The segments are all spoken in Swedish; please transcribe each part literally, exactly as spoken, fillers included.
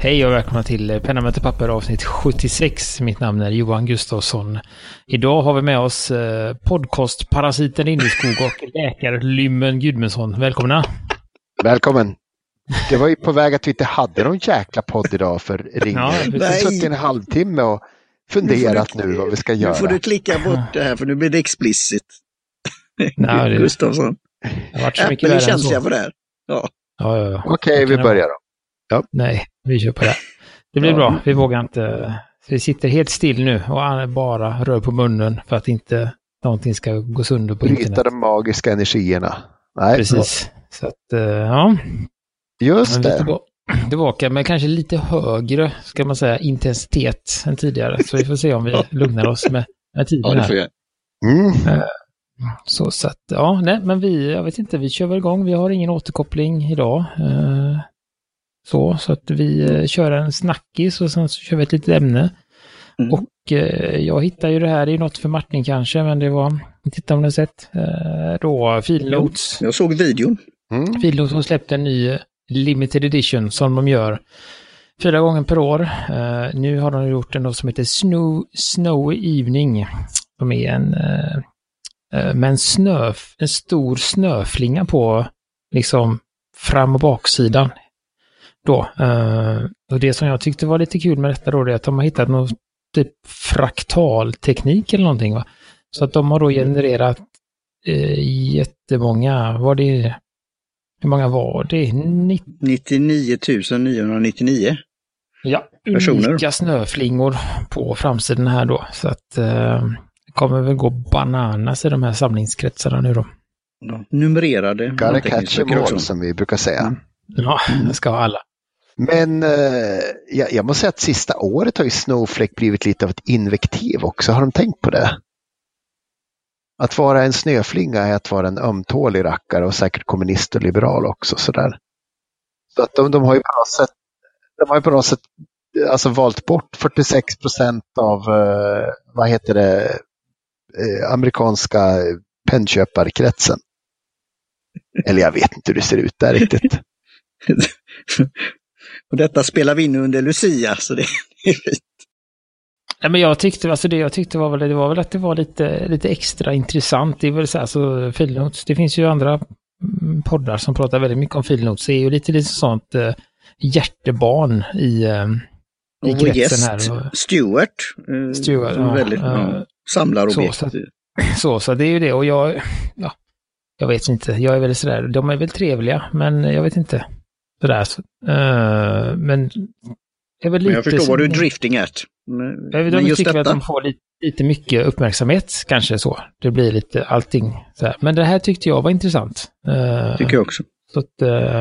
Hej och välkomna till Penna möter papper avsnitt sjuttiosex. Mitt namn är Johan Gustafsson. Idag har vi med oss podcastparasiten Indieskog och läkare Lymmen Gudmundsson. Välkomna. Välkommen. Det var ju på väg att vi inte hade någon jäkla podd idag för ringen. Ja, vi har suttit en halvtimme och funderat nu, nu vad vi ska göra. Nu får du klicka bort det här för nu blir det explicit. Nej, det... Gustafsson. Det har varit så mycket Apple är känsliga för det här. Ja. Ja, ja, ja. Okej, vi börjar då. Ja. Nej, vi kör på det. Det blir ja. bra. Vi vågar inte. Vi sitter helt still nu och bara rör på munnen för att inte någonting ska gå sönder på Bryta internet. de magiska energierna. Nej. Precis. Så att, ja. Just det. Tillbaka med kanske lite högre, ska man säga, intensitet än tidigare. Så vi får se om vi lugnar oss med, med tiden här. Ja, mm. Så, så att, ja, nej, men vi, jag vet inte, vi kör väl igång. Vi har ingen återkoppling idag. Så, så att vi kör en snackis och sen så kör vi ett litet ämne. Mm. Och eh, jag hittar ju det här, det är något för Martin kanske, men det var, titta om ni har sett, eh, då Filnotes. Jag såg videon. Mm. Filnotes har släppt en ny limited edition som de gör fyra gånger per år. Eh, nu har de gjort en som heter Snow, Snowy Evening. De är en, eh, med en, snö, en stor snöflinga på liksom fram- och baksidan. Då. Uh, och det som jag tyckte var lite kul med detta då är att de har hittat någon typ fraktalteknik eller någonting, va? Så att de har då genererat uh, jättemånga, var det, hur många var det? nittionio tusen niohundranittionio ja, personer. Unika snöflingor på framsidan här då. Så att uh, det kommer väl gå bananas i de här samlingskretsarna nu då. Ja, numrerade. Gotta catch them all, som vi brukar säga. Mm. Ja, det ska ha alla. Men eh, jag, jag måste säga att sista året har ju Snowflake blivit lite av ett invektiv också. Har de tänkt på det? Att vara en snöflinga är att vara en ömtålig rackare och säkert kommunist och liberal också. Sådär. Så att de, de har ju på något sätt, de har ju på något sätt alltså valt bort fyrtiosex procent av eh, vad heter det eh, amerikanska pennköparkretsen. Eller jag vet inte hur det ser ut där riktigt. Och detta spelar vi in under Lucia, så det är fint. Ja, men jag tyckte, alltså det jag tyckte var väl, det var väl att det var lite, lite extra intressant. Det är väl så här, så Filnotes, det finns ju andra poddar som pratar väldigt mycket om Filnotes. Det är ju lite, lite sånt uh, hjärtebarn i, uh, i och kretsen gäst, här. Stuart. Uh, Stuart, ja, väldigt, uh, ja, samlarobjekt. Så, så, så, så det är ju det. Och jag, ja, jag vet inte, jag är väl sådär, de är väl trevliga, men jag vet inte. Sådär, så, uh, men jag, väl lite, men jag förstår vad du är drifting at. Men, jag vet, de tycker detta... att de får lite, lite mycket uppmärksamhet, kanske så. Det blir lite allting. Sådär. Men det här tyckte jag var intressant. Uh, tycker jag också. Så att,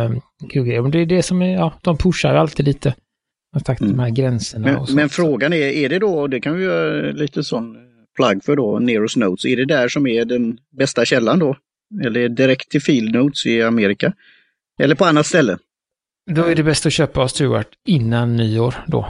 uh, det är det som är, ja, de pushar ju alltid lite. Sagt, mm. De här gränserna. Men, och så. Men frågan är, är det då, det kan vi göra lite sån plagg för då, Neros Notes, är det där som är den bästa källan då? Eller direkt till Filnotes i Amerika? Eller på annat ställe? Då är det bäst att köpa av Stuart innan nyår då.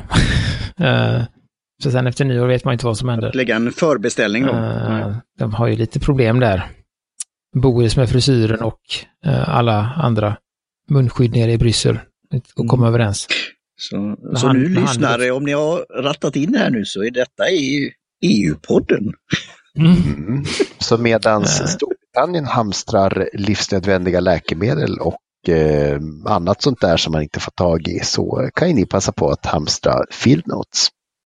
uh, så sen efter nyår vet man inte vad som händer. Att lägga en förbeställning då? Uh, de har ju lite problem där. Boris med frisyren och uh, alla andra munskydd nere i Bryssel och komma mm. överens. Så, så han, nu lyssnare, om ni har rattat in här nu så är detta E U-podden. Mm. Mm. Så medans uh. Storbritannien hamstrar livsnödvändiga läkemedel och Eh, annat sånt där som man inte får tag i, så kan ju ni passa på att hamstra Filnotes.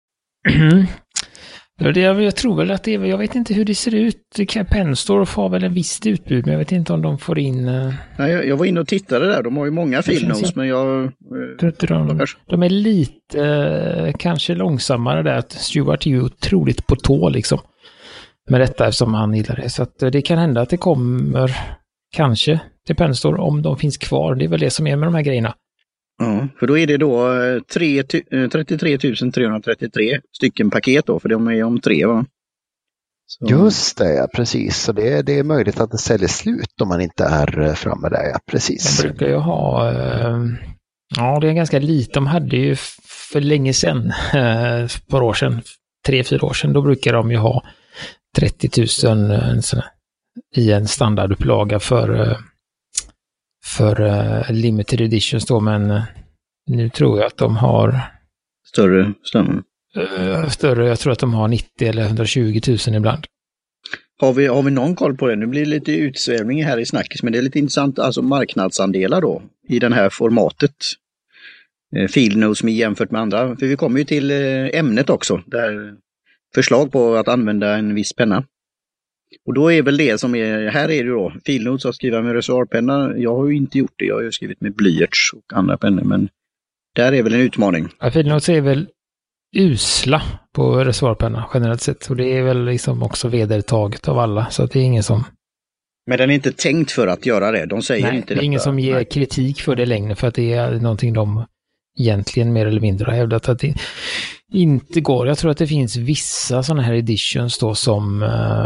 Mm. Det, jag tror väl att det är, jag vet inte hur det ser ut. Penn Store har väl en visst utbud, men jag vet inte om de får in... Uh... Nej, jag, jag var inne och tittade där, de har ju många Filnotes, men jag... Uh, de, de är lite uh, kanske långsammare där, att Stuart är ju otroligt på tå liksom med detta eftersom han gillar det. Så att, uh, det kan hända att det kommer kanske till Penn Store om de finns kvar. Det är väl det som är med de här grejerna. Ja, för då är det då trettiotre tusen trehundratrettiotre stycken paket då, för de är om tre, va? Så. Just det, ja, precis. Så det, det är möjligt att det säljer slut om man inte är framme där, ja, precis. De brukar ju ha, eh, ja det är ganska lite. De hade ju för länge sedan, eh, ett par år sedan, tre, fyra år sedan, då brukar de ju ha trettio tusen en sån, i en standardupplaga för, för uh, limited editions då, men Nu tror jag att de har... Större stämmer. Uh, större, jag tror att de har nittio eller hundratjugo tusen ibland. Har vi, har vi någon koll på det? Nu blir det lite utsvävning här i snackis, men det är lite intressant, alltså marknadsandelar då i det här formatet. Eh, Fieldnotes med jämfört med andra. För vi kommer ju till eh, ämnet också, där förslag på att använda en viss penna. Och då är väl det som är, här är det då, Fieldnotes att skriva med reservoarpenna. Jag har ju inte gjort det, jag har ju skrivit med blyerts och andra pennor, men där är väl en utmaning. Ja, Fieldnotes är väl usla på reservoarpenna generellt sett. Och det är väl liksom också vedertaget av alla. Så att det är ingen som... Men den är inte tänkt för att göra det. De säger Nej, inte det är ingen detta. som ger Nej. kritik för det längre. För att det är någonting de egentligen mer eller mindre har hävdat att det inte går. Jag tror att det finns vissa sådana här editions då som äh,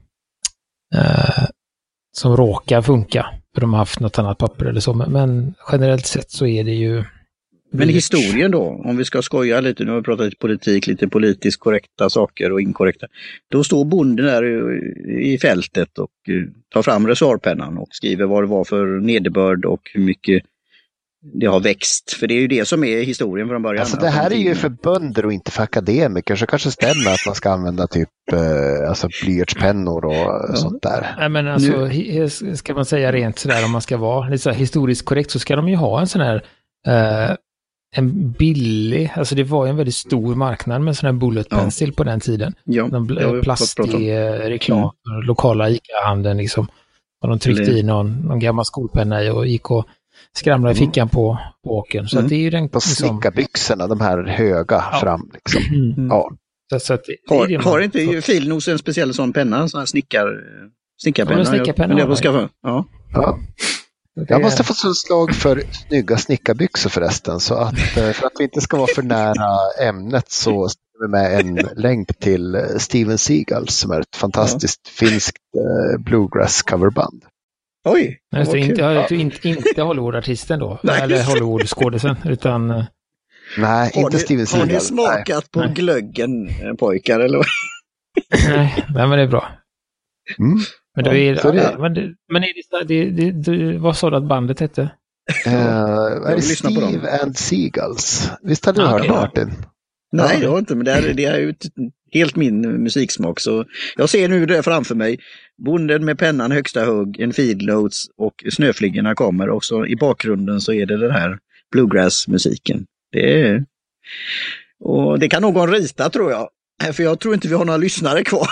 äh, som råkar funka. För de har haft något annat papper eller så. Men generellt sett så är det ju... Men historien då, om vi ska skoja lite, nu har vi pratat lite politik, lite politiskt korrekta saker och inkorrekta. Då står bonden där i fältet och tar fram reservoarpennan och skriver vad det var för nederbörd och hur mycket det har växt. För det är ju det som är historien från början. Alltså det här är ju för bönder och inte för akademiker, så kanske stämmer att man ska använda typ eh, alltså blyertspennor och ja. sånt där. Nej, men alltså, nu... ska man säga rent sådär, om man ska vara lite så här historiskt korrekt, så ska de ju ha en sån här eh, en billig, alltså det var ju en väldigt stor marknad med sån här bullet pencil ja. på den tiden. Ja, de plastig reklam mm. för lokala ICA-handeln liksom. Och de tryckte Eller... i någon, någon gammal skolpenna i och gick och skramlade i fickan mm. på, på åken. Så mm. att det är ju den på liksom... snickarbyxorna, de här höga ja. fram liksom. Mm. Ja. Så, så att det, har, det det har inte ju Fieldnotes en speciell sån penna, en sån här snickar, snickarpenna? Ja, snickarpenna. Jag, jag, ja. ja. Jag måste få ett slag för snygga snickarbyxor förresten, så att för att vi inte ska vara för nära ämnet så ställer vi med en länk till Steven Seagal som är ett fantastiskt ja. finskt bluegrass coverband. Oj! Nej, så inte, ja. inte, inte Hollywood-artisten då, eller Hollywood-skådisen, utan... Nej, har inte ni, Steven Seagal. Har ni smakat nej. på nej. glöggen, pojkar, eller vad? nej, nej, men det är bra. Mm. Men, det är, ja, det, men, det, men är det, det, det, vad sa du att bandet hette? Uh, är det Steve and Seagulls? Visst har du ah, hört okay. Martin? Nej, jag har inte, men det är, det är ju helt min musiksmak. Så jag ser nu det framför mig. Bonden med pennan högsta hugg, en Fieldnotes och snöflingorna kommer. Och så i bakgrunden så är det den här bluegrass-musiken. Det är... Och det kan någon rita, tror jag. För jag tror inte vi har några lyssnare kvar.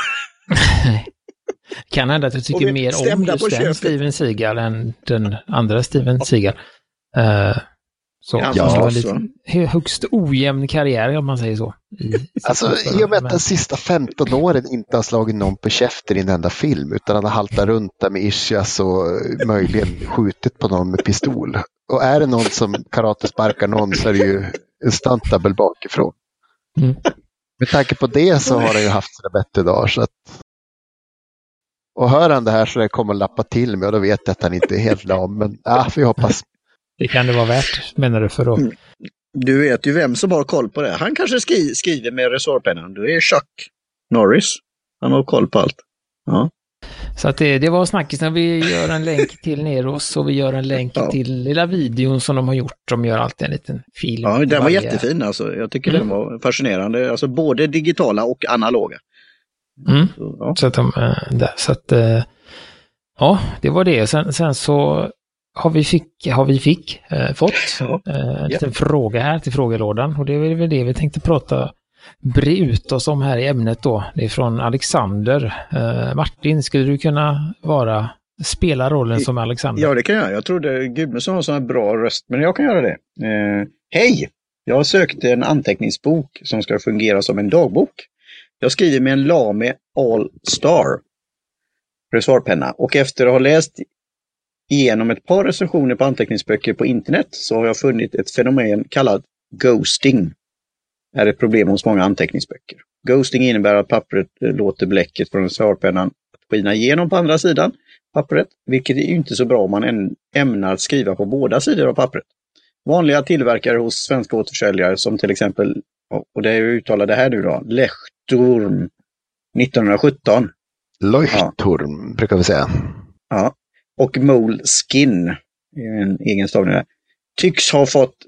Kan hända att jag tycker mer om just den Steven Seagal än den andra Steven Seagal. Uh, så ja, ja, har lite högst ojämn karriär, om man säger så. I, alltså i och med att den sista femton åren inte har slagit någon på käften i en enda film, utan han har haltat runt där med ischias och möjligen skjutit på någon med pistol. Och är det någon som karatesparkar någon så är det ju en stuntdouble bakifrån. Mm. Med tanke på det så har han ju haft sina bättre dagar, så att och hör han det här så det kommer att lappa till mig och då vet jag att han inte är helt lam. Men ja, vi hoppas. Det kan det vara värt, menar du, för då. Mm. Du vet ju vem som har koll på det. Han kanske skri- skriver med reservoarpennan. Du är Chuck Norris. Han har koll på allt. Ja. Så att det, det var snackis när vi gör en länk till Neros och vi gör en länk ja. till lilla videon som de har gjort. De gör alltid en liten film. Ja, den var jättefin alltså. Jag tycker mm. den var fascinerande. Alltså både digitala och analoga. Mm. Så, ja. så att de, där, så att ja, det var det. Sen, sen så har vi fick, har vi fick äh, fått ja. äh, en liten ja. fråga här till frågelådan, och det är väl det vi tänkte prata bre ut oss om här i ämnet då. Det är från Alexander. Äh, Martin, skulle du kunna vara spela rollen som Alexander? Ja, det kan jag. Jag trodde Gudmundsson har en sån här bra röst, men jag kan göra det. Eh, hej! Jag sökte en anteckningsbok som ska fungera som en dagbok. Jag skriver med en Lame All Star reservoarpenna, och efter att ha läst igenom ett par recensioner på anteckningsböcker på internet så har jag funnit ett fenomen kallat ghosting. Det är ett problem hos många anteckningsböcker. Ghosting innebär att pappret låter bläcket från reservoarpennan skina igenom på andra sidan pappret, vilket är ju inte så bra om man ämnar att skriva på båda sidor av pappret. Vanliga tillverkare hos svenska återförsäljare som till exempel, och det är ju uttalade här nu då, Leuchtturm nittonhundrasjutton. Leuchtturm ja. brukar vi säga. Ja. Och Moleskine, en egen stavning där, tycks ha fått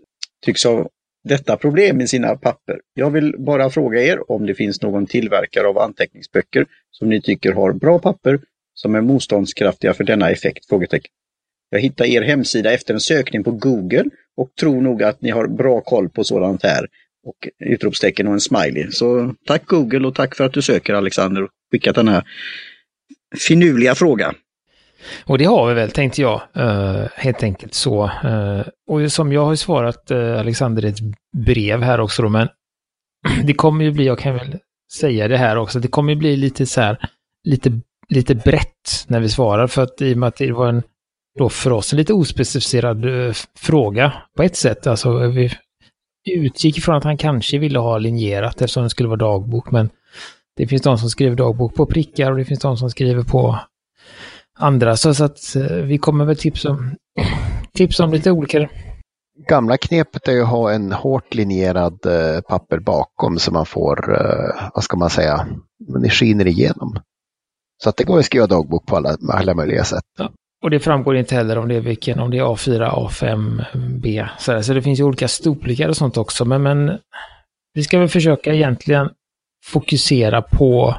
tycks ha detta problem med sina papper. Jag vill bara fråga er om det finns någon tillverkare av anteckningsböcker som ni tycker har bra papper som är motståndskraftiga för denna effekt? Frågetecken. Jag hittar er hemsida efter en sökning på Google och tror nog att ni har bra koll på sådant här. Och utropstecken och en smiley. Så tack Google och tack för att du söker, Alexander, och skickat den här finurliga frågan. Och det har vi väl, tänkte jag, uh, helt enkelt så. Uh, och som jag har svarat uh, Alexander ett brev här också då, men det kommer ju bli, jag kan väl säga det här också, det kommer ju bli lite så här, lite, lite brett när vi svarar, för att i och med att det var en, då för oss en lite ospecificerad uh, fråga på ett sätt. Alltså vi utgick ifrån att han kanske ville ha linjerat eftersom det skulle vara dagbok, men det finns de som skriver dagbok på prickar och det finns de som skriver på andra, så, så att vi kommer väl tipsa om, tipsa om lite olika. Gamla knepet är ju att ha en hårt linjerad eh, papper bakom så man får, eh, vad ska man säga, det skiner igenom. Så att det går att skriva dagbok på alla, alla möjliga sätt. Ja. Och det framgår inte heller om det är vilken, om det är A fyra, A fem, B. Så, så det finns ju olika storlekar och sånt också. Men, men vi ska väl försöka egentligen fokusera på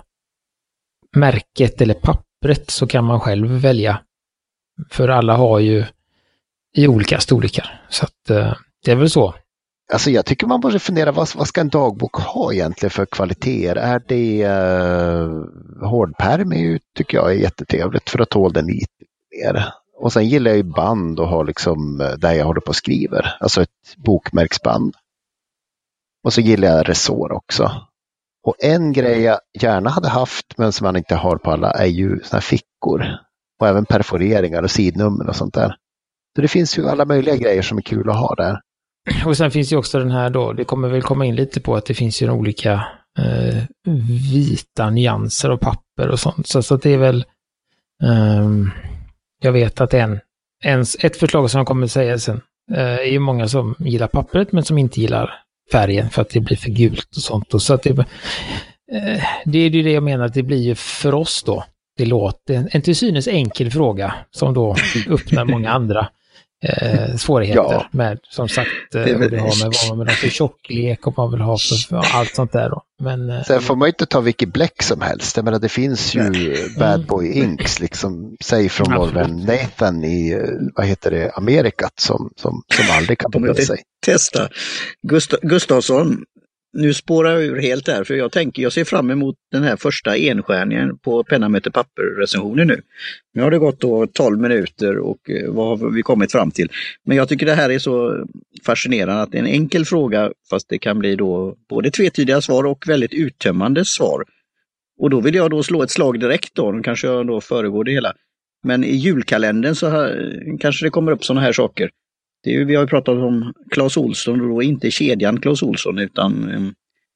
märket eller pappret, så kan man själv välja. För alla har ju i olika storlekar. Så att, det är väl så. Alltså jag tycker man borde fundera, vad, vad ska en dagbok ha egentligen för kvaliteter? Är det uh, hårdpärm är ju, tycker jag är jättetrevligt för att tåla den lite mer. Och sen gillar jag ju band och ha liksom där jag håller på och skriver. Alltså ett bokmärksband. Och så gillar jag resår också. Och en grej jag gärna hade haft men som man inte har på alla är ju såna här fickor. Och även perforeringar och sidnummer och sånt där. Så det finns ju alla möjliga grejer som är kul att ha där. Och sen finns ju också den här då, det kommer väl komma in lite på att det finns ju olika eh, vita nyanser och papper och sånt. Så, så det är väl, eh, jag vet att en, en, ett förslag som jag kommer att säga sen eh, är ju många som gillar pappret men som inte gillar färgen för att det blir för gult och sånt. Och så att det, eh, det är ju det jag menar, att det blir ju för oss då, det låter en till synes enkel fråga som då öppnar många andra Eh, svårigheter ja. Med, som sagt, eh, det, det har med vad man vill ha för tjocklek och man vill ha för, för allt sånt där då. Men, eh, sen får man ju inte ta vilket bläck som helst. Jag menar, det finns ju mm. Bad Boy Inks, liksom, säg från vår vän Nathan i, vad heter det, Amerikat som, som, som aldrig kan ta sig. Testa. Gust- Gustafsson, nu spårar jag ur helt där, för jag tänker, jag ser fram emot den här första enskärningen på penna möter papper-recensionen nu. Nu har det gått då tolv minuter och vad har vi kommit fram till? Men jag tycker det här är så fascinerande att det är en enkel fråga, fast det kan bli då både tvetydiga svar och väldigt uttömmande svar. Och då vill jag då slå ett slag direkt då, kanske jag då föregår det hela. Men i julkalendern så här, kanske det kommer upp sådana här saker. Det är ju, vi har ju pratat om Clas Ohlson och då inte kedjan Clas Ohlson utan um,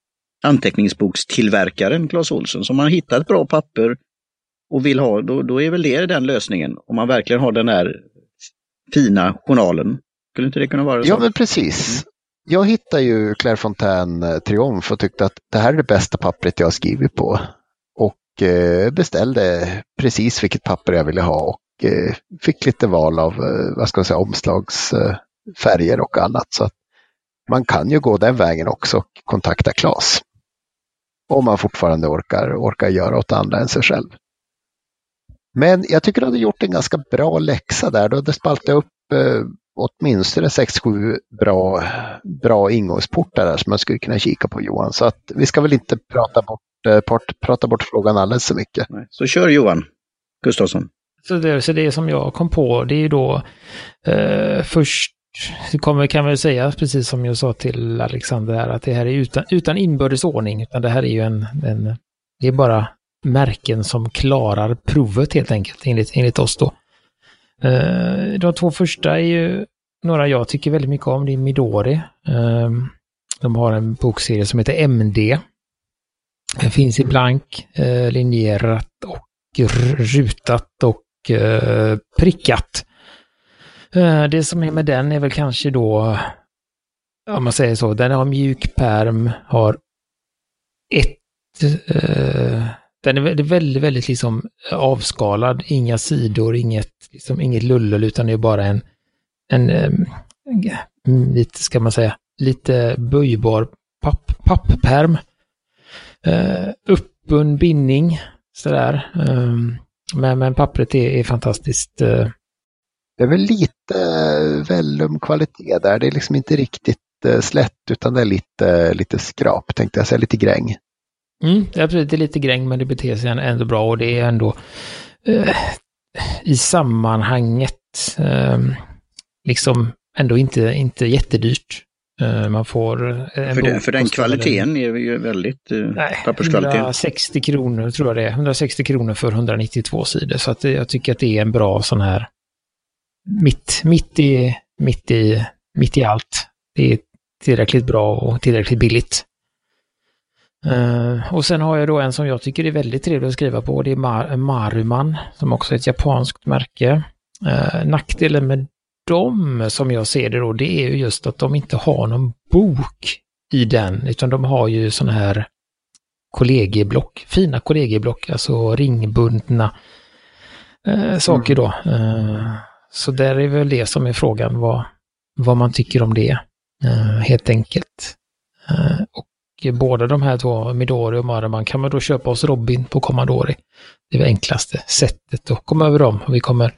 anteckningsbokstillverkaren Clas Ohlson. Så om man hittar ett bra papper och vill ha, då, då är väl det den lösningen. Om man verkligen har den här fina journalen. Skulle inte det kunna vara så? Ja, men precis. Mm. Jag hittade ju Clairefontaine Triumph och tyckte att det här är det bästa pappret jag har skrivit på. Och eh, beställde precis vilket papper jag ville ha. Och fick lite val av, vad ska jag säga, omslagsfärger och annat. Så att man kan ju gå den vägen också och kontakta Clas. Om man fortfarande orkar, orkar göra åt andra än sig själv. Men jag tycker att du hade gjort en ganska bra läxa där. Du hade spaltat upp eh, åtminstone sex sju bra, bra ingångsportar där som man skulle kunna kika på, Johan. Så att vi ska väl inte prata bort, eh, port, prata bort frågan alldeles så mycket. Nej. Så kör Johan Gustafsson. Så det, så det som jag kom på, det är ju då eh, först, det kommer, kan väl säga, precis som jag sa till Alexander här, att det här är utan, utan inbördes ordning, utan det här är ju en, en, det är bara märken som klarar provet helt enkelt, enligt, enligt oss då. Eh, de två första är ju några jag tycker väldigt mycket om, det är Midori. Eh, de har en bokserie som heter M D. Den finns i blank, eh, linjerat och rutat och eh, prickat. Eh, det som är med den är väl kanske då, om man säger så, den har mjuk pärm, har ett eh, den är väldigt, väldigt, väldigt liksom avskalad, inga sidor, inget, liksom, inget lullel, utan det är bara en, en eh, lite, ska man säga, lite böjbar papp, papppärm. Uh, uppbund bindning, sådär. Um, men, men pappret är, är fantastiskt. Uh. Det är väl lite vellumkvalitet där. Det är liksom inte riktigt uh, slätt utan det är lite, lite skrap, tänkte jag säga, lite gräng. Mm, det är absolut lite gräng, men det beter sig ändå bra och det är ändå uh, i sammanhanget uh, liksom ändå inte, inte jättedyrt. Man får en för, den, för den kvaliteten är ju väldigt uh, papperskvalitet. hundrasextio kronor tror jag det är. hundrasextio kronor för hundranittiotvå sidor. Så att jag tycker att det är en bra sån här mitt, mitt, i, mitt, i, mitt i allt. Det är tillräckligt bra och tillräckligt billigt. Uh, och sen har jag då en som jag tycker är väldigt trevlig att skriva på. Det är Mar- Maruman som också är ett japanskt märke. Uh, nackdelen med de som jag ser det då, det är ju just att de inte har någon bok i den, utan de har ju såna här kollegieblock, fina kollegieblock, alltså ringbundna eh, saker då. Eh, så där är väl det som är frågan, vad, vad man tycker om det, eh, helt enkelt. Eh, och båda de här två, Midori och Maruman, kan man då köpa hos Robin på Commodore. Det är det enklaste sättet att komma över dem, och vi kommer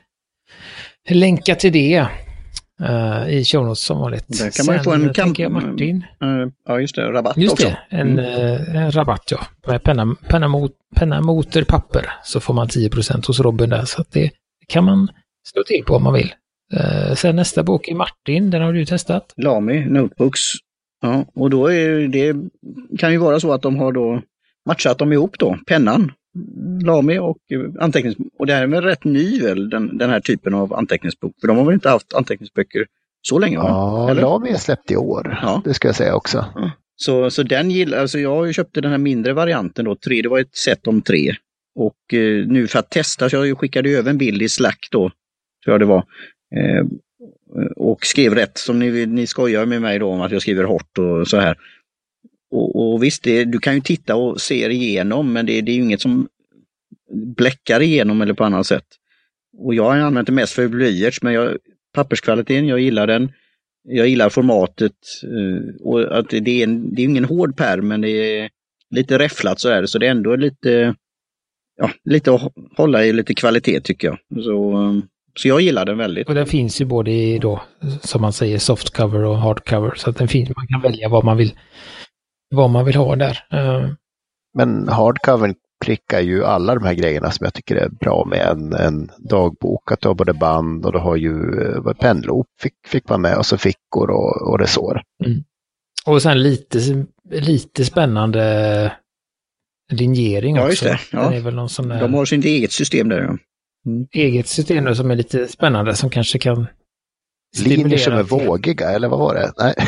länka till det uh, i show notes som vanligt. Där kan man ju få en kamp... Martin. Uh, ja, just det. Rabatt just också. Det, en, mm. uh, en rabatt, ja. Med penna, penna, mot, penna motor papper så får man tio procent hos Robin där. Så att det, det kan man slå till på om man vill. Uh, sen nästa bok är Martin, den har du testat. Lamy Notebooks. Ja, och då är det, kan ju vara så att de har då matchat dem ihop då, pennan. Lamy och anteckningsbok. Och det här är väl rätt ny väl, den, den här typen av anteckningsbok. För de har väl inte haft anteckningsböcker så länge? Ja, eller? Lamy är släppt i år. Ja. Det ska jag säga också. Ja. Så, så den gillar, alltså jag köpte den här mindre varianten då, tre, det var ett set om tre. Och eh, nu för att testa, så jag skickade över en bild i Slack då, tror jag det var. Eh, och skrev rätt, som ni, ni skojar med mig då om att jag skriver hårt och så här. Och, och visst, det, du kan ju titta och se igenom, men det, det är ju inget som bläckar igenom eller på annat sätt. Och jag har använt det mest för blyerts, men jag, papperskvaliteten, jag gillar den. Jag gillar formatet. Och att det är, en, det är ingen hård pärm, men det är lite räfflat så är det. Så det är ändå lite, ja, lite att hålla i lite kvalitet tycker jag. Så, så jag gillar den väldigt. Och den finns ju både i då, som man säger, softcover och hardcover. Så att den finns, man kan välja vad man vill vad man vill ha där. Uh. Men hardcovern prickar ju alla de här grejerna som jag tycker är bra med en, en dagbok. Att du har både band och du har ju pennloop fick, fick man med och så fickor och, och resår. Mm. Och sen lite, lite spännande linjering ja, också. Just det. Ja. Den är väl någon sån där... De har sin eget system där. Ja. Mm. Eget system som är lite spännande som kanske kan linjer som är vågiga, eller vad var det? Nej.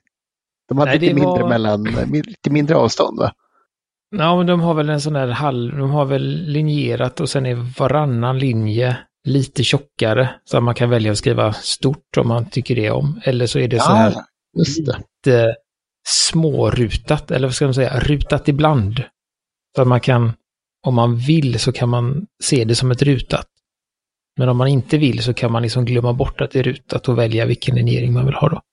De har Nej, lite, mindre var... mellan, lite mindre avstånd, va? Ja, men de har väl en sån där halv... De har väl linjerat och sen är varannan linje lite tjockare. Så man kan välja att skriva stort om man tycker det om. Eller så är det ja, så här just det. lite smårutat. Eller vad ska man säga? Rutat ibland. Så att man kan... Om man vill så kan man se det som ett rutat. Men om man inte vill så kan man liksom glömma bort att det är rutat och välja vilken linjering man vill ha då.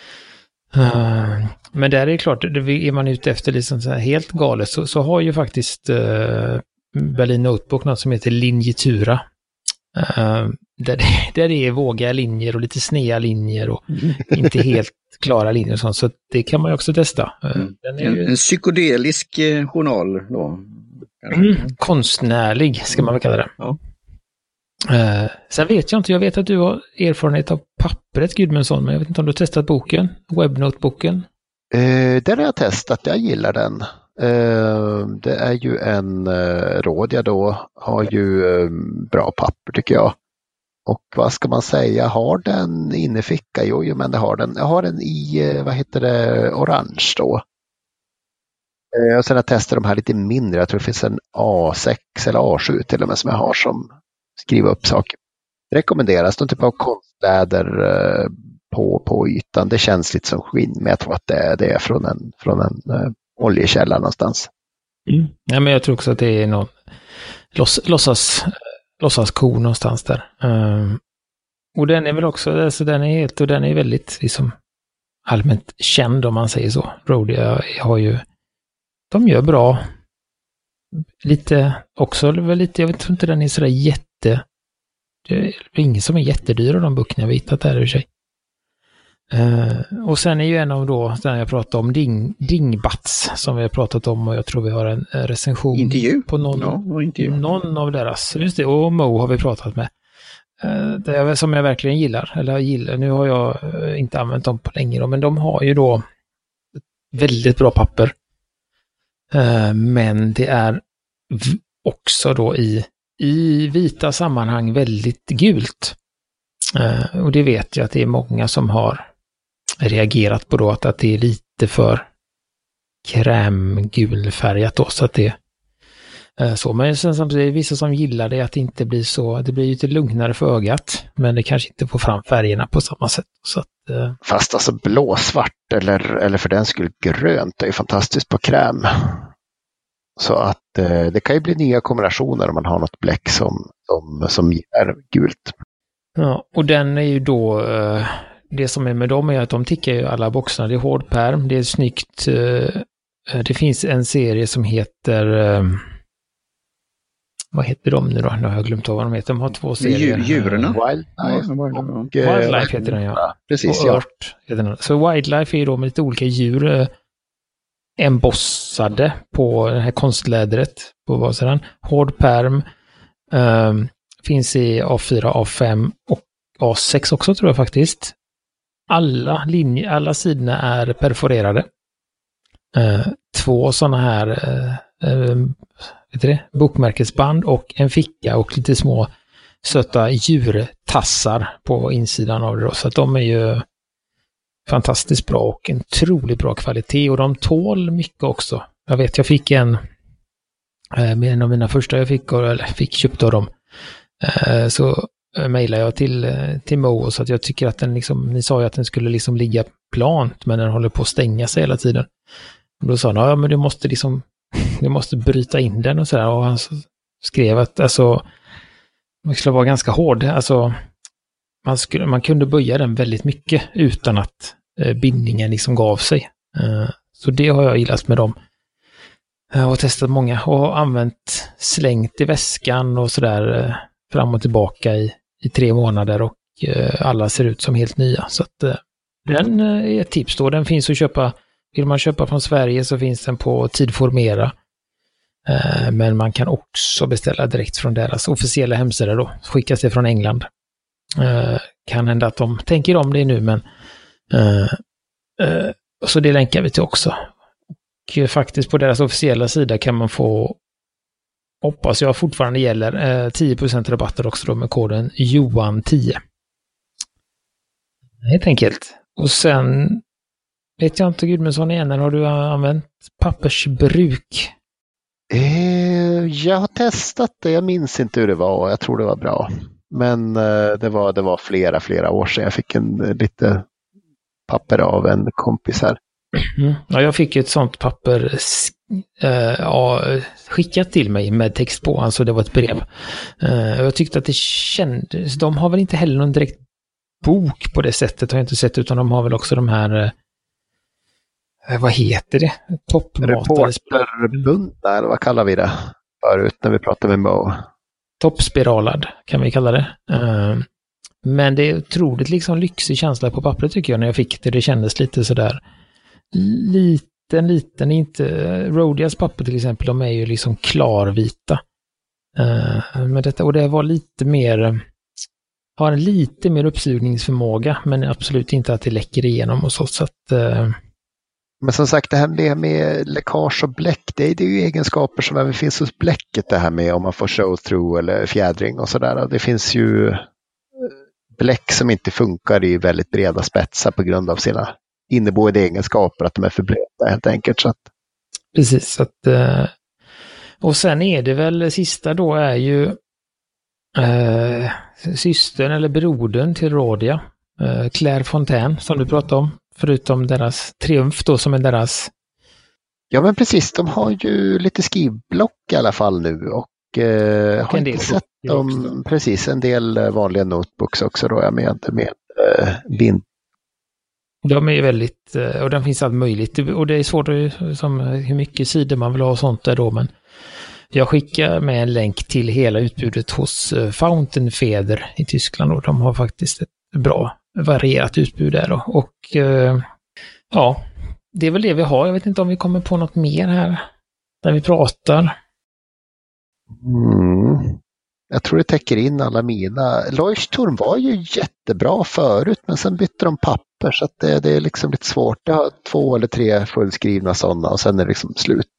Uh, men där är det klart, är man ute efter liksom så här helt galet så, så har ju faktiskt uh, Berlin Notebook något som heter Linjetura. Uh, där, där det är vågiga linjer och lite sneda linjer och inte helt klara linjer och sånt. Så det kan man ju också testa. Uh, den är en, ju... en psykedelisk eh, journal då. Mm, konstnärlig ska man väl kalla det. Ja. Uh, sen vet jag inte, jag vet att du har erfarenhet av pappret Gudmundsson, men jag vet inte om du har testat boken, Webnote-boken. Uh, den har jag testat, jag gillar den. Uh, det är ju en uh, Rådia då, har ju uh, bra papper tycker jag. Och vad ska man säga, har den inneficka? Jo, jo men det har den. Jag har den i, uh, vad heter det, orange då. Uh, och sen har jag testat de här lite mindre, jag tror det finns en A sex eller A sju till och med som jag har som skriva upp saker. Det rekommenderas någon typ av konstläder eh, på, på ytan. Det känns lite som skinn, men jag tror att det, det är från en, från en eh, oljekälla någonstans. Mm. Ja, men jag tror också att det är någon loss, låtsas, låtsas ko någonstans där. Um, och den är väl också, alltså den är helt, och den är väldigt liksom allmänt känd om man säger så. Rhodia har ju, de gör bra. Lite, också väl lite, jag vet inte, den är sådär jätte, det är ingen som är jättedyr av de böckerna jag vet att det är i sig. Uh, och sen är ju en av då, den jag pratade om, Ding, Dingbats, som vi har pratat om, och jag tror vi har en recension intervju på någon, ja, intervju. någon av deras, just det, och Mo har vi pratat med. Uh, det är som jag verkligen gillar, eller gillar, nu har jag uh, inte använt dem på länge då, men de har ju då väldigt bra papper. Uh, men det är v- också då i, i vita sammanhang väldigt gult. Uh, och det vet jag att det är många som har reagerat på då, att, att det är lite för krämgulfärgat då, så att det är så. Men sen samtidigt är det vissa som gillar det, att det inte blir så, det blir lite lugnare för ögat, men det kanske inte får fram färgerna på samma sätt. Så att, uh... Fast alltså blåsvart eller, eller för den skulle grönt är ju fantastiskt på kräm. Så att uh, det kan ju bli nya kombinationer om man har något bläck som, som, som är gult. Ja, och den är ju då uh... det som är med dem är att de tickar ju alla boxarna. Det är hård pärm, det är snyggt. Det finns en serie som heter, vad heter de nu då? Nu har jag glömt av vad de heter. De har två serier. Djurerna. Wildlife. Och, Wildlife heter den, ja. Precis, och ja. Earth heter den. Så Wildlife är då med lite olika djur embossade på det här konstlädret på vadsidan. Hård pärm. Um, finns i A fyra, A fem och A sex också tror jag faktiskt. Alla linjer, alla sidorna är perforerade. Uh, två sådana här uh, uh, vet du det? Bokmärkesband och en ficka och lite små söta djurtassar på insidan av det då. Så att de är ju fantastiskt bra och en otroligt bra kvalitet, och de tål mycket också. Jag vet, jag fick en uh, med en av mina första jag fick, eller fick köpt av dem. Uh, så mejlar jag till, till Mo, så att jag tycker att den liksom, ni sa ju att den skulle liksom ligga plant, men den håller på att stänga sig hela tiden. Och då sa han, ja men du måste liksom, du måste bryta in den och sådär, och han skrev att alltså, man skulle vara ganska hård, alltså man, skulle, man kunde böja den väldigt mycket utan att eh, bindningen liksom gav sig. Eh, så det har jag gillat med dem. Eh, och testat många och använt, slängt i väskan och sådär eh, fram och tillbaka i i tre månader, och eh, alla ser ut som helt nya. Så att eh, den är ett tips då. Den finns att köpa, vill man köpa från Sverige så finns den på Tidformera. Eh, men man kan också beställa direkt från deras officiella hemsida då. Skickas det från England. Eh, kan hända att de tänker om det nu, men eh, eh, så det länkar vi till också. Och eh, faktiskt på deras officiella sida kan man få, hoppas jag fortfarande gäller, eh, tio procent rabatter också då med koden Johan tio. Helt enkelt. Och sen vet jag inte, Gudmundsson igen, har du använt pappersbruk? Eh, jag har testat det, jag minns inte hur det var, jag tror det var bra. Men eh, det, var, det var flera, flera år sedan jag fick en eh, lite papper av en kompis här. Mm. Ja, jag fick ett sånt papper äh, ja, skickat till mig med text på, alltså det var ett brev. Äh, jag tyckte att det kändes, de har väl inte heller någon direkt bok på det sättet, har jag inte sett, utan de har väl också de här, äh, vad heter det? Toppmatade reporterbuntar, eller vad kallar vi det förut när vi pratade med Mo? Toppspiralad kan vi kalla det. Äh, men det är otroligt liksom lyxig känsla på pappret tycker jag när jag fick det. Det kändes lite sådär liten, liten, inte Rhodias papper till exempel, de är ju liksom klarvita. Uh, med detta, och det var lite mer, har en lite mer uppsugningsförmåga, men absolut inte att det läcker igenom och så, så att uh... Men som sagt, det här med, med läckage och bläck, det är, det är ju egenskaper som även finns hos bläcket, det här med om man får show-through eller fjädring och sådär. Det finns ju bläck som inte funkar i väldigt breda spetsar på grund av sina inneboende egenskaper, att de är för breda helt enkelt. Så att... Precis. Så att, och sen är det väl, sista då är ju äh, systern eller brodern till Rhodia, äh, Claire Fontaine, som du pratade om, förutom deras Triumf då som är deras... Ja men precis, de har ju lite skrivblock i alla fall nu, och äh, har inte sett dem, precis, en del vanliga notebooks också då, jag med, med äh, bind. De är väldigt, och den finns allt möjligt. Och det är svårt att, som hur mycket sidor man vill ha och sånt där då, men jag skickar med en länk till hela utbudet hos Fountain Feather i Tyskland och de har faktiskt ett bra varierat utbud där då. Och eh, ja, det är väl det vi har. Jag vet inte om vi kommer på något mer här när vi pratar. Mm. Jag tror det täcker in alla mina. Leuchtturm var ju jättebra förut, men sen bytte de papper så att det, det är liksom lite svårt. Jag har två eller tre fullskrivna sådana och sen är det liksom slut.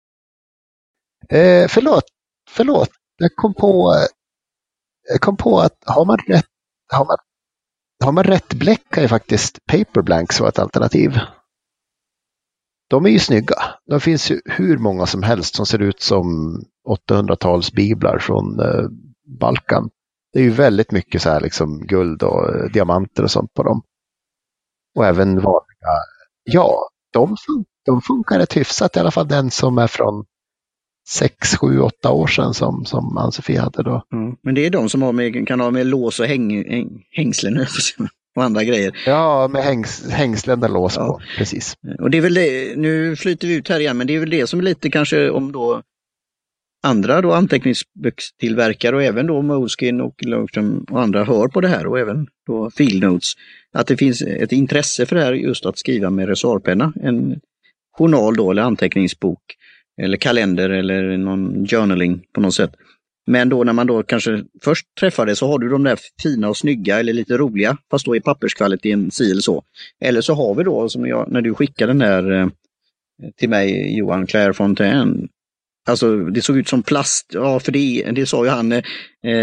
Eh, förlåt, förlåt. Jag kom på, jag kom på att har man rätt, har man, har man rätt bläck kan ju faktiskt paper blanks vara ett alternativ. De är ju snygga. Det finns ju hur många som helst som ser ut som åttahundratals biblar från eh, Balkan. Det är ju väldigt mycket så här liksom guld och eh, diamanter och sånt på dem. Och även vanliga. Ja, de, fun- de funkar rätt hyfsat. I alla fall den som är från sex, sju, åtta år sedan som, som Ann-Sofie hade då. Mm. Men det är de som har med, kan ha med lås och häng, häng, hängslen och andra grejer. Ja, med hängs, hängslen och lås ja. på, precis. Och det är väl det, nu flyter vi ut här igen, men det är väl det som är lite kanske om då andra då anteckningsböckstillverkare och även då Moleskine och Leuchtturm och andra hör på det här och även då Field Notes, att det finns ett intresse för det här just att skriva med reservoarpenna, en journal då eller anteckningsbok eller kalender eller någon journaling på något sätt. Men då när man då kanske först träffar det så har du de där fina och snygga eller lite roliga fast då i papperskvaliteten si eller så. Eller så har vi då som jag, när du skickade den där eh, till mig Johan Clairefontaine. Alltså det såg ut som plast, ja för det, det sa ju han eh,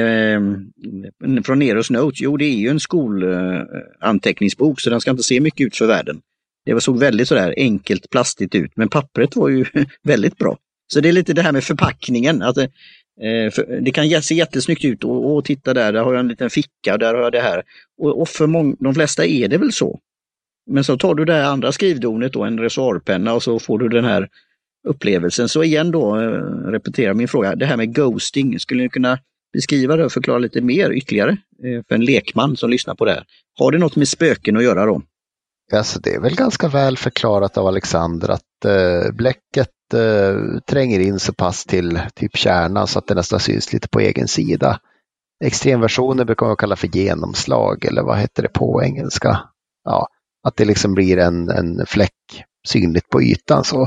från Neros Notes, jo det är ju en skolanteckningsbok eh, så den ska inte se mycket ut för världen. Det såg väldigt sådär enkelt plastigt ut, men pappret var ju väldigt bra. Så det är lite det här med förpackningen, att eh, för, det kan se jättesnyggt ut och, och titta där, där har jag en liten ficka och där har jag det här. Och, och för mång, de flesta är det väl så. Men så tar du det här andra skrivdonet då, en reservoarpenna och så får du den här upplevelsen. Så igen då, eh, repetera min fråga, det här med ghosting, skulle ni kunna beskriva det och förklara lite mer ytterligare eh, för en lekman som lyssnar på det här? Har det något med spöken att göra då? Alltså det är väl ganska väl förklarat av Alexander att eh, bläcket eh, tränger in så pass till typ kärnan så att det nästan syns lite på egen sida. Extremversioner brukar man kalla för genomslag eller vad heter det på engelska? Ja, att det liksom blir en, en fläck synligt på ytan så.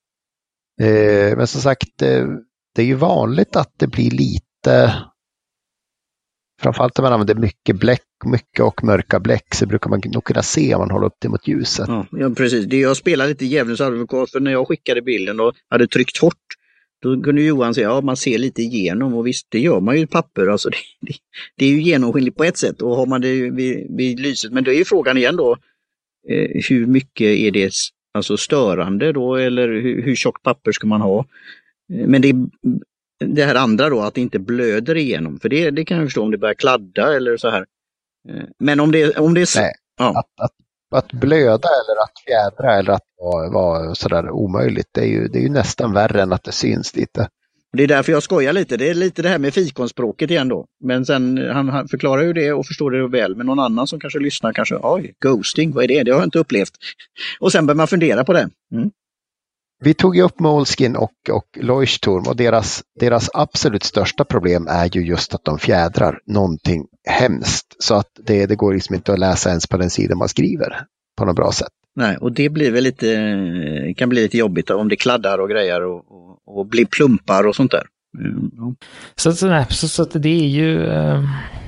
Eh, men som sagt, eh, det är ju vanligt att det blir lite, framförallt om man använder mycket bläck, mycket och mörka bläck så brukar man nog kunna se om man håller upp det mot ljuset. Ja, ja precis. Det jag spelade lite djävulens advokat för när jag skickade bilden och hade tryckt hårt, då kunde Johan säga ja man ser lite igenom och visst det gör man ju i papper. Alltså det, det, det är ju genomskinligt på ett sätt och har man det vid, vid lyset. Men då är ju frågan igen då eh, hur mycket är det alltså störande då eller hur, hur tjockt papper ska man ha? Men det det här andra då, att det inte blöder igenom. För det, det kan jag förstå om det börjar kladda eller så här. Men om det, om det är... Nej, ja. att, att, att blöda eller att fjädra eller att vara, vara sådär omöjligt, det är, ju, det är ju nästan värre än att det syns lite. Det är därför jag skojar lite. Det är lite det här med fikonspråket igen då. Men sen, han, han förklarar ju det och förstår det väl. Men någon annan som kanske lyssnar kanske, oj, ghosting, vad är det? Det har jag inte upplevt. Och sen börjar man fundera på det. Mm. Vi tog ju upp Moleskine och, och Leuchtturm och deras, deras absolut största problem är ju just att de fjädrar någonting hemskt. Så att det, det går liksom inte att läsa ens på den sidan man skriver på något bra sätt. Nej, och det blir väl lite, kan bli lite jobbigt om det kladdar och grejer och, och, och blir plumpar och sånt där. Mm. Så, så, nej, så, så att det är ju äh,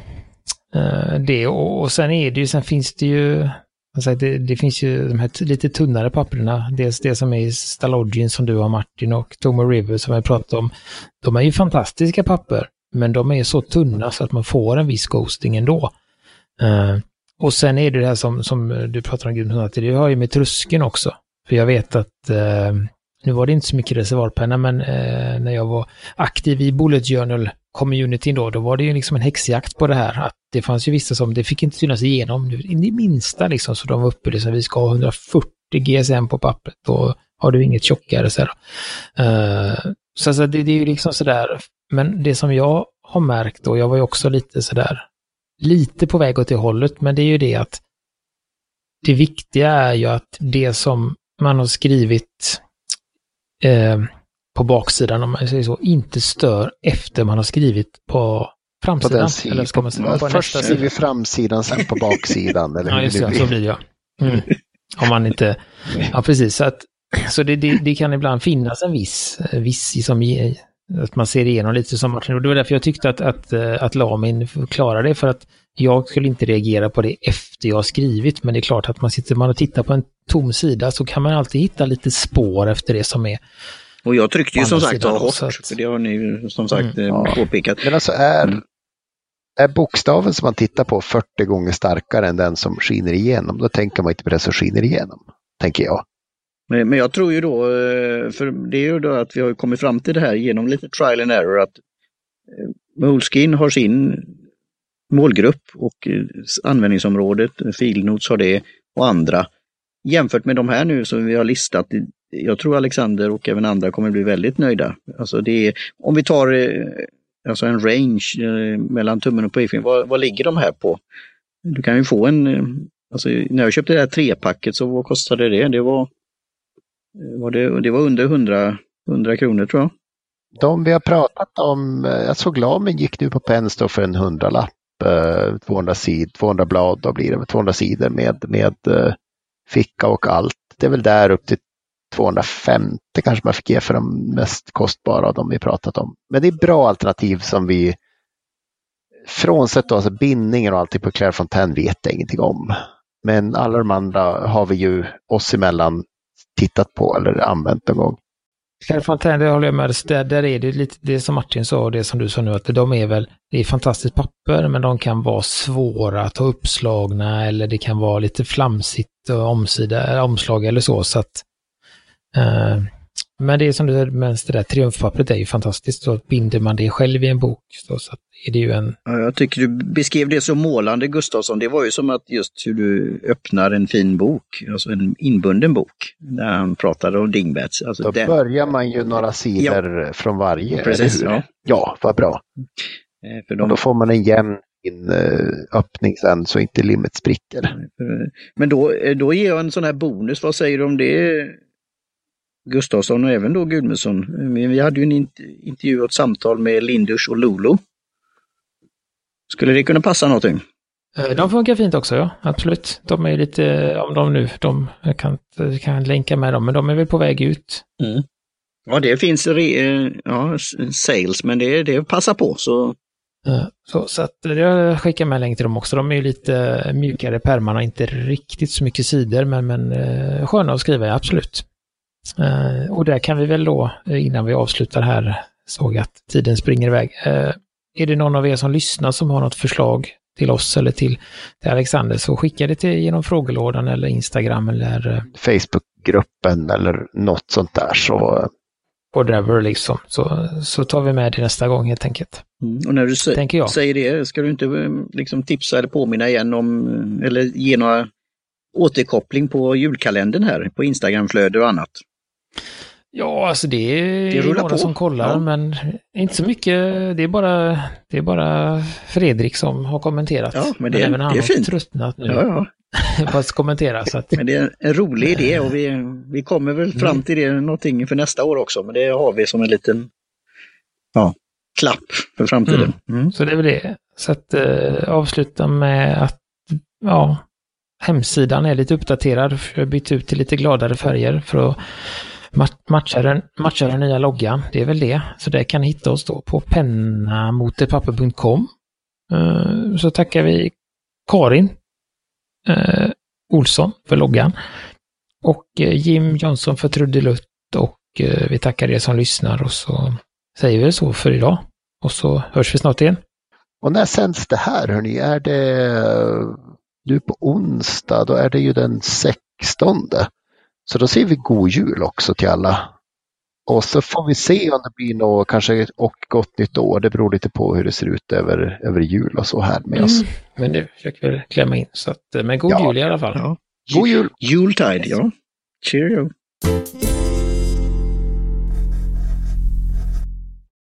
äh, det och, och sen är det ju, sen finns det ju alltså det, det finns ju de här lite tunnare papperna, dels det som är i Stalogin som du har Martin och Tomo River som jag pratat om. De är ju fantastiska papper, men de är så tunna så att man får en viss ghosting ändå. Uh, och sen är det det här som, som du pratar om, Gudmund, att det har ju med trusken också. För jag vet att uh, nu var det inte så mycket reservoarpenna, men uh, när jag var aktiv i Bullet Journal communityn då, då var det ju liksom en häxjakt på det här. Att det fanns ju vissa som, det fick inte synas igenom in i minsta liksom, så de var uppe liksom, vi ska ha hundrafyrtio G S M på pappret, då har du inget tjockare så uh, så alltså, det, det är ju liksom sådär, men det som jag har märkt då, jag var ju också lite sådär lite på väg åt det hållet, men det är ju det att det viktiga är ju att det som man har skrivit eh, på baksidan, om man säger så, inte stör efter man har skrivit på framsidan. På den sidan, eller ska man säga, på först skriver vi framsidan, sen på baksidan. Eller ja, just det, så blir det, ja. Mm. Om man inte... Ja, precis. Så, att, så det, det, det kan ibland finnas en viss, viss som att man ser igenom lite som Martin. Och det var därför jag tyckte att, att, att Lamin klarar det, för att jag skulle inte reagera på det efter jag har skrivit, men det är klart att man sitter man och tittar på en tom sida så kan man alltid hitta lite spår efter det som är. Och jag tryckte ju som sagt hårt, för det har ni ju som sagt mm, ja. påpekat. Men alltså är, är bokstaven som man tittar på fyrtio gånger starkare än den som skiner igenom, då tänker man inte på det som skiner igenom, tänker jag. Men, men jag tror ju då, för det är ju då att vi har kommit fram till det här genom lite trial and error, att Moleskine har sin målgrupp och användningsområdet, Fieldnotes har det och andra. Jämfört med de här nu som vi har listat, jag tror Alexander och även andra kommer bli väldigt nöjda. Alltså det är, om vi tar alltså en range mellan tummen och pekfingret, vad, vad ligger de här på? Du kan ju få en, alltså när jag köpte det här trepacket så vad kostade det? Det var, var det, det var under hundra, hundra kronor tror jag. De vi har pratat om, jag såg Lamin gick nu på Penstore för en hundralapp, tvåhundra sidor, tvåhundra blad, då blir det tvåhundra sidor med, med ficka och allt. Det är väl där upp till tvåhundrafemtio kanske man fick ge för de mest kostbara av de vi pratat om. Men det är bra alternativ som vi, frånsett då, alltså bindningar och allting på Clairefontaine vet jag ingenting om. Men alla de andra har vi ju oss emellan tittat på eller använt någon gång. Clairefontaine, det håller jag med. Där, där är det lite det som Martin sa och det som du sa nu, att de är väl, det är fantastiskt papper, men de kan vara svåra att ta uppslagna eller det kan vara lite flamsigt och omsida, omslag eller så. Så att, uh, men det är som du säger, men det där triumfpappret är ju fantastiskt. Så binder man det själv i en bok så, så att är det ju en... Ja, jag tycker du beskrev det så målande, Gustafsson. Det var ju som att just hur du öppnar en fin bok, alltså en inbunden bok, när han pratade om dingbats. Alltså då den... börjar man ju några sidor ja. från varje. Precis, ja. Ja, vad bra. Eh, för de... Och då får man en jämn in, uh, öppning sen så inte limit spricker. Men då, då ger jag en sån här bonus. Vad säger du om det, Gustafsson och även då Gudmundsson? Vi hade ju en intervju och ett samtal med Lindus och Lulu. Skulle det kunna passa någonting? De funkar fint också, ja. Absolut. De är lite, om de nu, de jag kan, jag kan länka med dem, men de är väl på väg ut. Mm. Ja, det finns ja, sales, men det, det passar på. Så, så, så att jag skickar med länk till dem också. De är ju lite mjukare pärmarna, inte riktigt så mycket sidor, men, men sköna att skriva, ja, absolut. Och där kan vi väl då, innan vi avslutar här, såg att tiden springer iväg. Är det någon av er som lyssnar som har något förslag till oss eller till, till Alexander, så skicka det till genom frågelådan eller Instagram eller Facebookgruppen eller något sånt där, så whatever liksom, så, så tar vi med det nästa gång helt enkelt. Mm. Och när du sä- säger det, ska du inte liksom tipsa eller påminna igen om, eller ge några återkoppling på julkalendern här på Instagramflöde och annat? Ja, alltså det är, det är några på. Som kollar, ja. Men inte så mycket. Det är bara, det är bara Fredrik som har kommenterat. Ja, men det, men även han det är fint. Tröttnat nu ja, ja. på att kommentera. Så att... Men det är en rolig idé och vi, vi kommer väl fram mm. till det någonting för nästa år också. Men det har vi som en liten ja, klapp för framtiden. Mm. Mm. Så det är väl det. Så att äh, avsluta med att ja, hemsidan är lite uppdaterad. Jag har bytt ut till lite gladare färger för att matcha den, matcha den nya loggan. Det är väl det. Så där kan ni hitta oss då på pennamotepapper punkt com. Uh, så tackar vi Karin uh, Olsson för loggan och uh, Jim Johnson för trudelutt och uh, vi tackar er som lyssnar och så säger vi så för idag. Och så hörs vi snart igen. Och när sänds det här, hörni? Är det nu på onsdag? Då är det ju den sextonde. Så då säger vi god jul också till alla. Och så får vi se om det blir något, kanske och gott nytt år. Det beror lite på hur det ser ut över, över jul och så här med mm. oss. Men det försöker vi klämma in. Så att, men god ja. jul i alla fall. Ja. God jul! Jultide, ja. Cheerio!